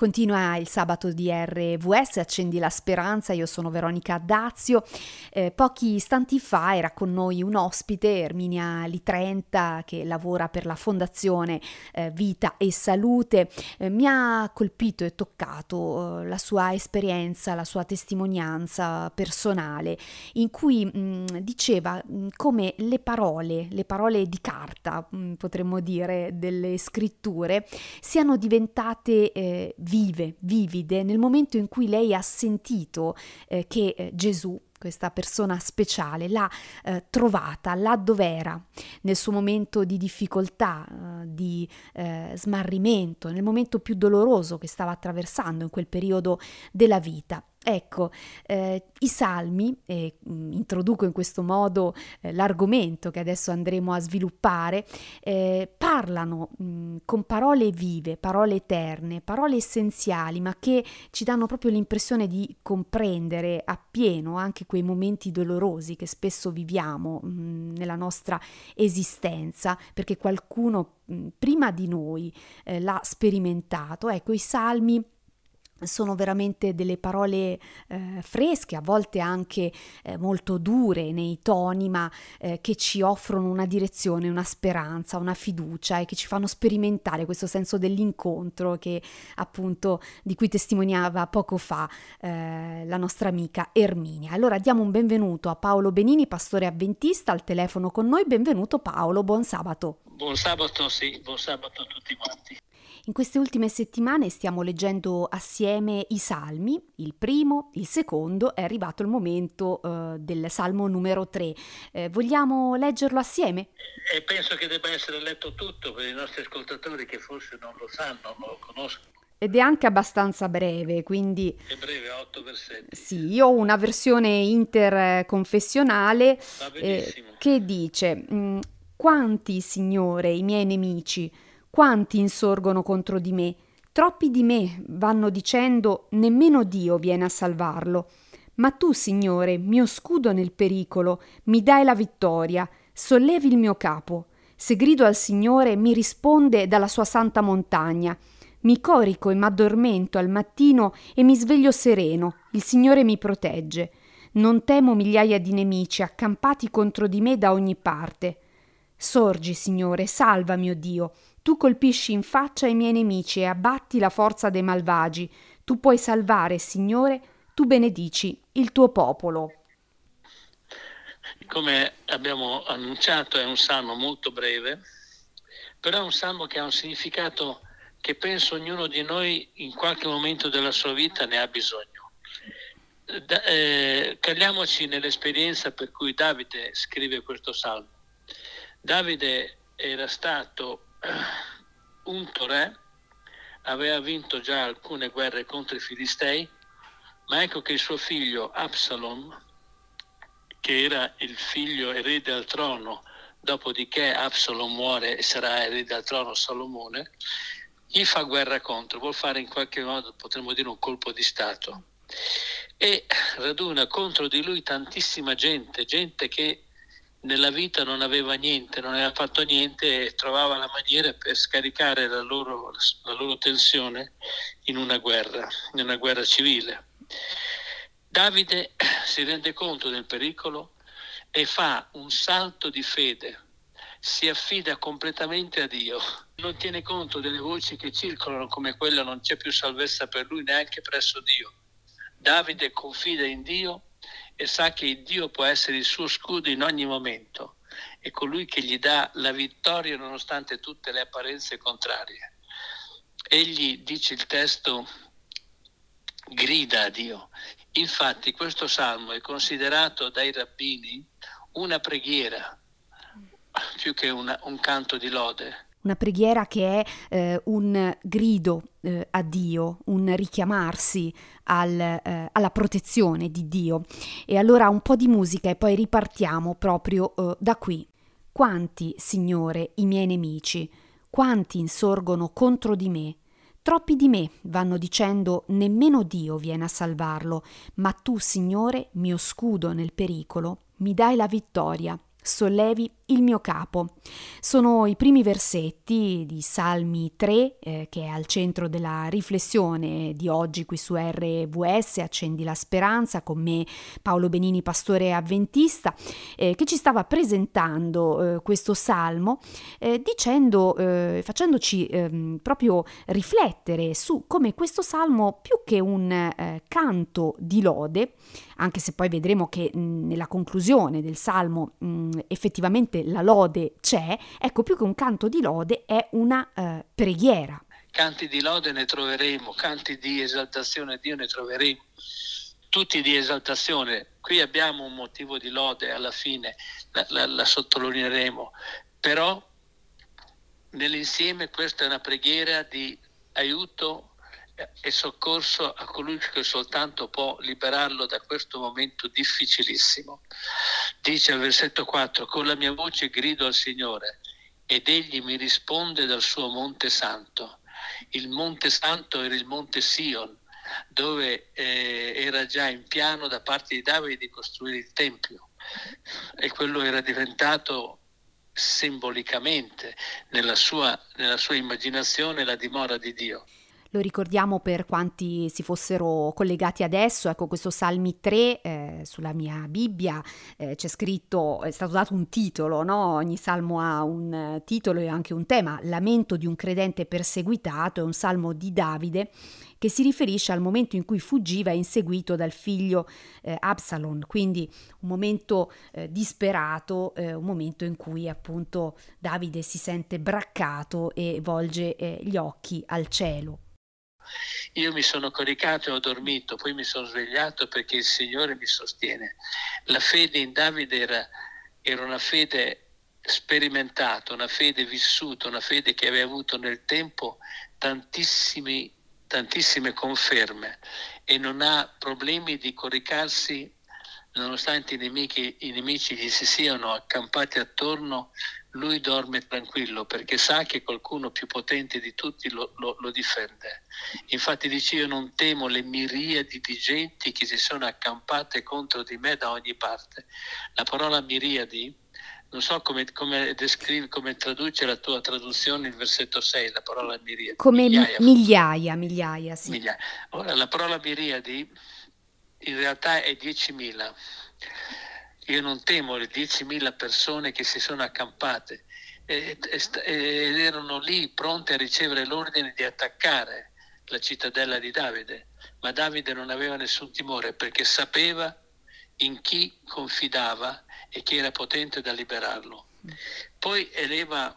Continua il sabato di RVS, Accendi la Speranza, io sono Veronica Dazio. Pochi istanti fa era con noi un ospite, Erminia Litrenta, che lavora per la Fondazione Vita e Salute. Mi ha colpito e toccato la sua esperienza, la sua testimonianza personale, in cui diceva come le parole di carta, potremmo dire, delle scritture, siano diventate vivide nel momento in cui lei ha sentito che Gesù, questa persona speciale, l'ha trovata là dove era, nel suo momento di difficoltà, di smarrimento, nel momento più doloroso che stava attraversando in quel periodo della vita. Ecco, i salmi, introduco in questo modo l'argomento che adesso andremo a sviluppare, parlano con parole vive, parole eterne, parole essenziali, ma che ci danno proprio l'impressione di comprendere appieno anche quei momenti dolorosi che spesso viviamo nella nostra esistenza, perché qualcuno prima di noi l'ha sperimentato. Ecco, i salmi sono veramente delle parole fresche, a volte anche molto dure nei toni, ma che ci offrono una direzione, una speranza, una fiducia e che ci fanno sperimentare questo senso dell'incontro che appunto di cui testimoniava poco fa la nostra amica Erminia. Allora diamo un benvenuto a Paolo Benini, pastore avventista, al telefono con noi. Benvenuto Paolo, buon sabato. Buon sabato, sì, buon sabato a tutti quanti. In queste ultime settimane stiamo leggendo assieme i salmi, il primo, il secondo, è arrivato il momento del salmo numero 3. Vogliamo leggerlo assieme? E penso che debba essere letto tutto per i nostri ascoltatori che forse non lo sanno, non lo conoscono. Ed è anche abbastanza breve, quindi... È breve, 8 versetti. Sì, io ho una versione interconfessionale che dice: quanti, Signore, i miei nemici, quanti insorgono contro di me? Troppi di me vanno dicendo, nemmeno Dio viene a salvarlo. Ma tu, Signore, mio scudo nel pericolo, mi dai la vittoria, sollevi il mio capo. Se grido al Signore, mi risponde dalla sua santa montagna. Mi corico e m'addormento al mattino e mi sveglio sereno, il Signore mi protegge. Non temo migliaia di nemici accampati contro di me da ogni parte. Sorgi, Signore, salva mio Dio. Tu colpisci in faccia i miei nemici e abbatti la forza dei malvagi. Tu puoi salvare, Signore, tu benedici il tuo popolo. Come abbiamo annunciato è un salmo molto breve, però è un salmo che ha un significato che penso ognuno di noi in qualche momento della sua vita ne ha bisogno. Cagliamoci nell'esperienza per cui Davide scrive questo salmo. Davide era stato unto re, aveva vinto già alcune guerre contro i Filistei, ma ecco che il suo figlio Absalom, che era il figlio erede al trono, dopodiché Absalom muore e sarà erede al trono Salomone, gli fa guerra contro, vuol fare in qualche modo, potremmo dire, un colpo di stato, e raduna contro di lui tantissima gente che nella vita non aveva niente, non aveva fatto niente e trovava la maniera per scaricare la loro tensione in una guerra civile. Davide si rende conto del pericolo e fa un salto di fede, si affida completamente a Dio, non tiene conto delle voci che circolano come quella non c'è più salvezza per lui neanche presso Dio. Davide confida in Dio e sa che Dio può essere il suo scudo in ogni momento, è colui che gli dà la vittoria nonostante tutte le apparenze contrarie. Egli, dice il testo, grida a Dio. Infatti questo salmo è considerato dai rabbini una preghiera più che un canto di lode. Una preghiera che è un grido a Dio, un richiamarsi alla protezione di Dio. E allora un po' di musica e poi ripartiamo proprio da qui. Quanti, Signore, i miei nemici, quanti insorgono contro di me? Troppi di me vanno dicendo nemmeno Dio viene a salvarlo, ma tu, Signore, mio scudo nel pericolo, mi dai la vittoria, sollevi il mio capo. Sono i primi versetti di Salmi 3, che è al centro della riflessione di oggi qui su RVS, Accendi la Speranza, con me Paolo Benini, pastore avventista, che ci stava presentando questo salmo, facendoci proprio riflettere su come questo salmo, più che un canto di lode, anche se poi vedremo che nella conclusione del salmo effettivamente la lode c'è, ecco, più che un canto di lode è una preghiera. Canti di lode ne troveremo, canti di esaltazione a Dio ne troveremo, tutti di esaltazione. Qui abbiamo un motivo di lode, alla fine la sottolineeremo, però nell'insieme questa è una preghiera di aiuto e soccorso a colui che soltanto può liberarlo da questo momento difficilissimo. Dice al versetto 4: con la mia voce grido al Signore ed egli mi risponde dal suo monte santo. Il monte santo era il monte Sion, dove era già in piano da parte di Davide di costruire il Tempio, e quello era diventato simbolicamente nella sua immaginazione la dimora di Dio. Lo ricordiamo per quanti si fossero collegati adesso, ecco, questo Salmi 3, sulla mia Bibbia c'è scritto, è stato dato un titolo, no? Ogni salmo ha un titolo e anche un tema. Lamento di un credente perseguitato, è un salmo di Davide che si riferisce al momento in cui fuggiva inseguito dal figlio Absalom, quindi un momento disperato, un momento in cui appunto Davide si sente braccato e volge gli occhi al cielo. Io mi sono coricato e ho dormito, poi mi sono svegliato perché il Signore mi sostiene. La fede in Davide era una fede sperimentata, una fede vissuta, una fede che aveva avuto nel tempo tantissime conferme, e non ha problemi di coricarsi nonostante i nemici gli si siano accampati attorno. Lui dorme tranquillo perché sa che qualcuno più potente di tutti lo difende. Infatti dice: io non temo le miriadi di genti che si sono accampate contro di me da ogni parte. La parola miriadi, non so come descrive, come traduce la tua traduzione il versetto 6, la parola miriadi. Come migliaia, sì. Migliaia. Ora, la parola miriadi in realtà è 10.000. Io non temo le 10.000 persone che si sono accampate ed erano lì pronte a ricevere l'ordine di attaccare la cittadella di Davide, ma Davide non aveva nessun timore perché sapeva in chi confidava e che era potente da liberarlo. Poi eleva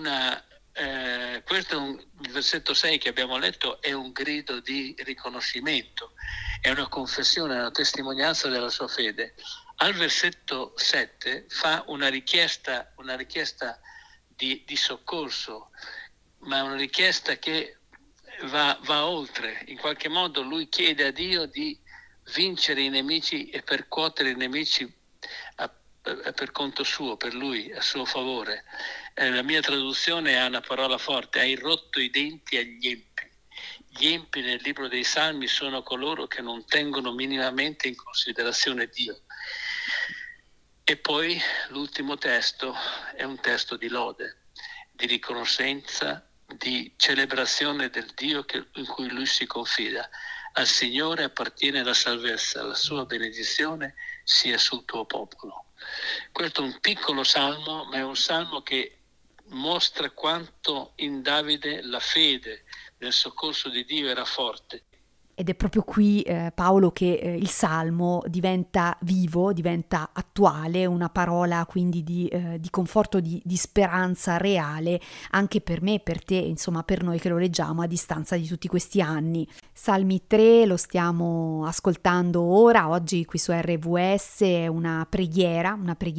questo il versetto 6 che abbiamo letto è un grido di riconoscimento, è una confessione, una testimonianza della sua fede. Al versetto 7 fa una richiesta di soccorso, ma una richiesta che va oltre. In qualche modo lui chiede a Dio di vincere i nemici e percuotere i nemici per conto suo, per lui, a suo favore. La mia traduzione ha una parola forte: hai rotto i denti agli empi. Gli empi nel libro dei Salmi sono coloro che non tengono minimamente in considerazione Dio. E poi l'ultimo testo è un testo di lode, di riconoscenza, di celebrazione del Dio in cui lui si confida. Al Signore appartiene la salvezza, la sua benedizione sia sul tuo popolo. Questo è un piccolo salmo, ma è un salmo che mostra quanto in Davide la fede nel soccorso di Dio era forte. Ed è proprio qui, Paolo, che il salmo diventa vivo, diventa attuale, una parola quindi di conforto, di speranza reale, anche per me, per te, insomma per noi che lo leggiamo a distanza di tutti questi anni. Salmi 3 lo stiamo ascoltando ora, oggi qui su RVS, è una preghiera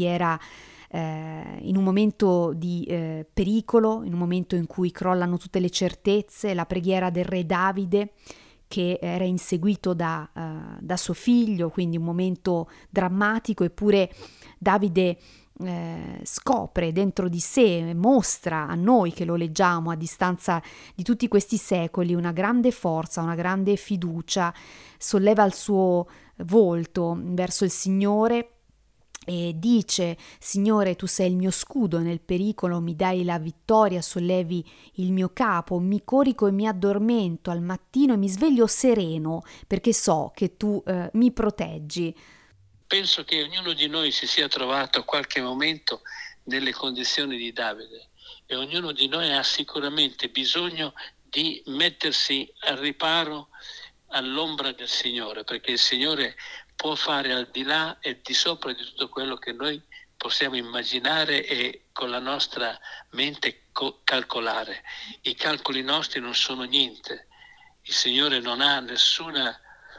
in un momento di pericolo, in un momento in cui crollano tutte le certezze, la preghiera del re Davide, che era inseguito da suo figlio, quindi un momento drammatico, eppure Davide scopre dentro di sé, mostra a noi che lo leggiamo a distanza di tutti questi secoli una grande forza, una grande fiducia, solleva il suo volto verso il Signore e dice: Signore, tu sei il mio scudo nel pericolo, mi dai la vittoria, sollevi il mio capo, mi corico e mi addormento al mattino e mi sveglio sereno perché so che tu mi proteggi. Penso che ognuno di noi si sia trovato a qualche momento nelle condizioni di Davide e ognuno di noi ha sicuramente bisogno di mettersi al riparo all'ombra del Signore, perché il Signore può fare al di là e di sopra di tutto quello che noi possiamo immaginare e con la nostra mente calcolare. I calcoli nostri non sono niente. Il Signore non ha nessun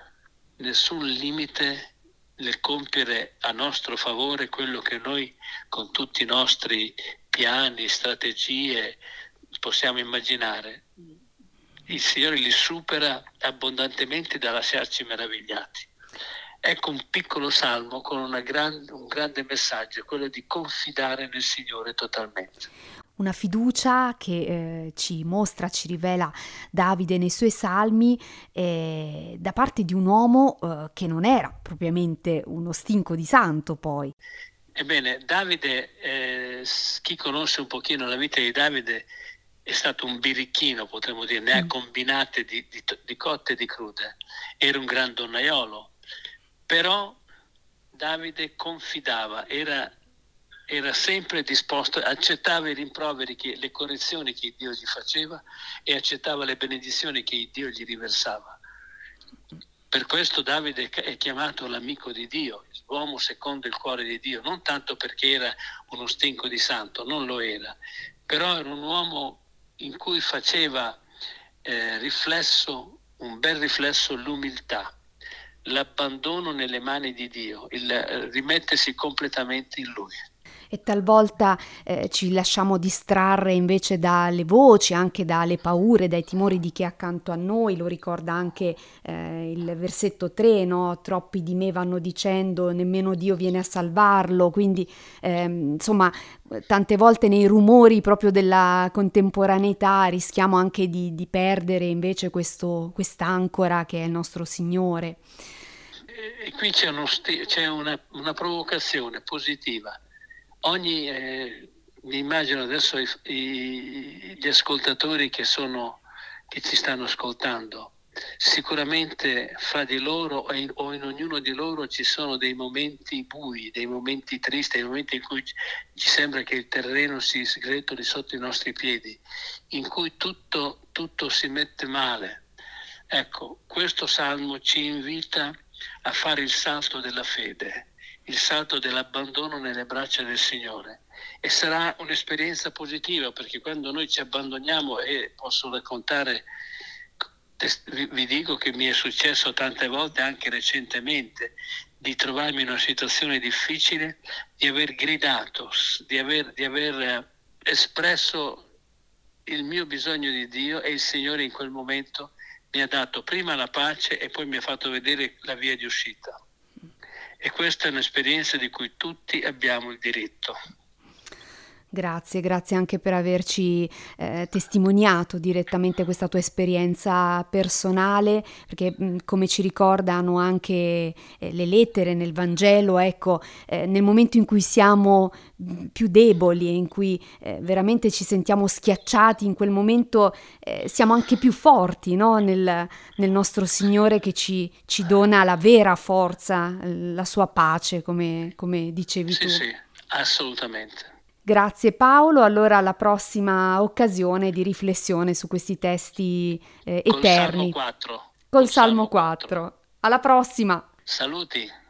limite nel compiere a nostro favore quello che noi con tutti i nostri piani, strategie possiamo immaginare. Il Signore li supera abbondantemente da lasciarci meravigliati. Ecco un piccolo salmo con un grande messaggio, quello di confidare nel Signore totalmente. Una fiducia che ci mostra, ci rivela Davide nei suoi salmi da parte di un uomo che non era propriamente uno stinco di santo poi. Ebbene, Davide, chi conosce un pochino la vita di Davide, è stato un birichino, potremmo dire, ne ha combinate di cotte e di crude. Era un gran donnaiolo, però Davide confidava, era sempre disposto, accettava i rimproveri, le correzioni che Dio gli faceva e accettava le benedizioni che Dio gli riversava. Per questo Davide è chiamato l'amico di Dio, l'uomo secondo il cuore di Dio, non tanto perché era uno stinco di santo, non lo era, però era un uomo in cui faceva un bel riflesso l'umiltà, l'abbandono nelle mani di Dio, il rimettersi completamente in Lui. E talvolta ci lasciamo distrarre invece dalle voci, anche dalle paure, dai timori di chi è accanto a noi. Lo ricorda anche il versetto 3, no? Troppi di me vanno dicendo nemmeno Dio viene a salvarlo, quindi insomma tante volte nei rumori proprio della contemporaneità rischiamo anche di perdere invece quest'ancora che è il nostro Signore. E qui c'è una provocazione positiva. Mi immagino adesso gli ascoltatori che ci stanno ascoltando, sicuramente fra di loro o in ognuno di loro ci sono dei momenti bui, dei momenti tristi, dei momenti in cui ci sembra che il terreno si sgretoli sotto i nostri piedi, in cui tutto si mette male. Ecco, questo salmo ci invita a fare il salto della fede, il salto dell'abbandono nelle braccia del Signore, e sarà un'esperienza positiva, perché quando noi ci abbandoniamo, e posso raccontare, vi dico che mi è successo tante volte anche recentemente di trovarmi in una situazione difficile, di aver gridato, di aver espresso il mio bisogno di Dio, e il Signore in quel momento mi ha dato prima la pace e poi mi ha fatto vedere la via di uscita. E questa è un'esperienza di cui tutti abbiamo il diritto. Grazie anche per averci testimoniato direttamente questa tua esperienza personale, perché come ci ricordano anche le lettere nel Vangelo, ecco, nel momento in cui siamo più deboli e in cui veramente ci sentiamo schiacciati, in quel momento siamo anche più forti, no? nel nostro Signore che ci dona la vera forza, la sua pace, come dicevi tu. Sì, assolutamente. Grazie Paolo, allora alla prossima occasione di riflessione su questi testi eterni. Col Salmo 4. Alla prossima! Saluti!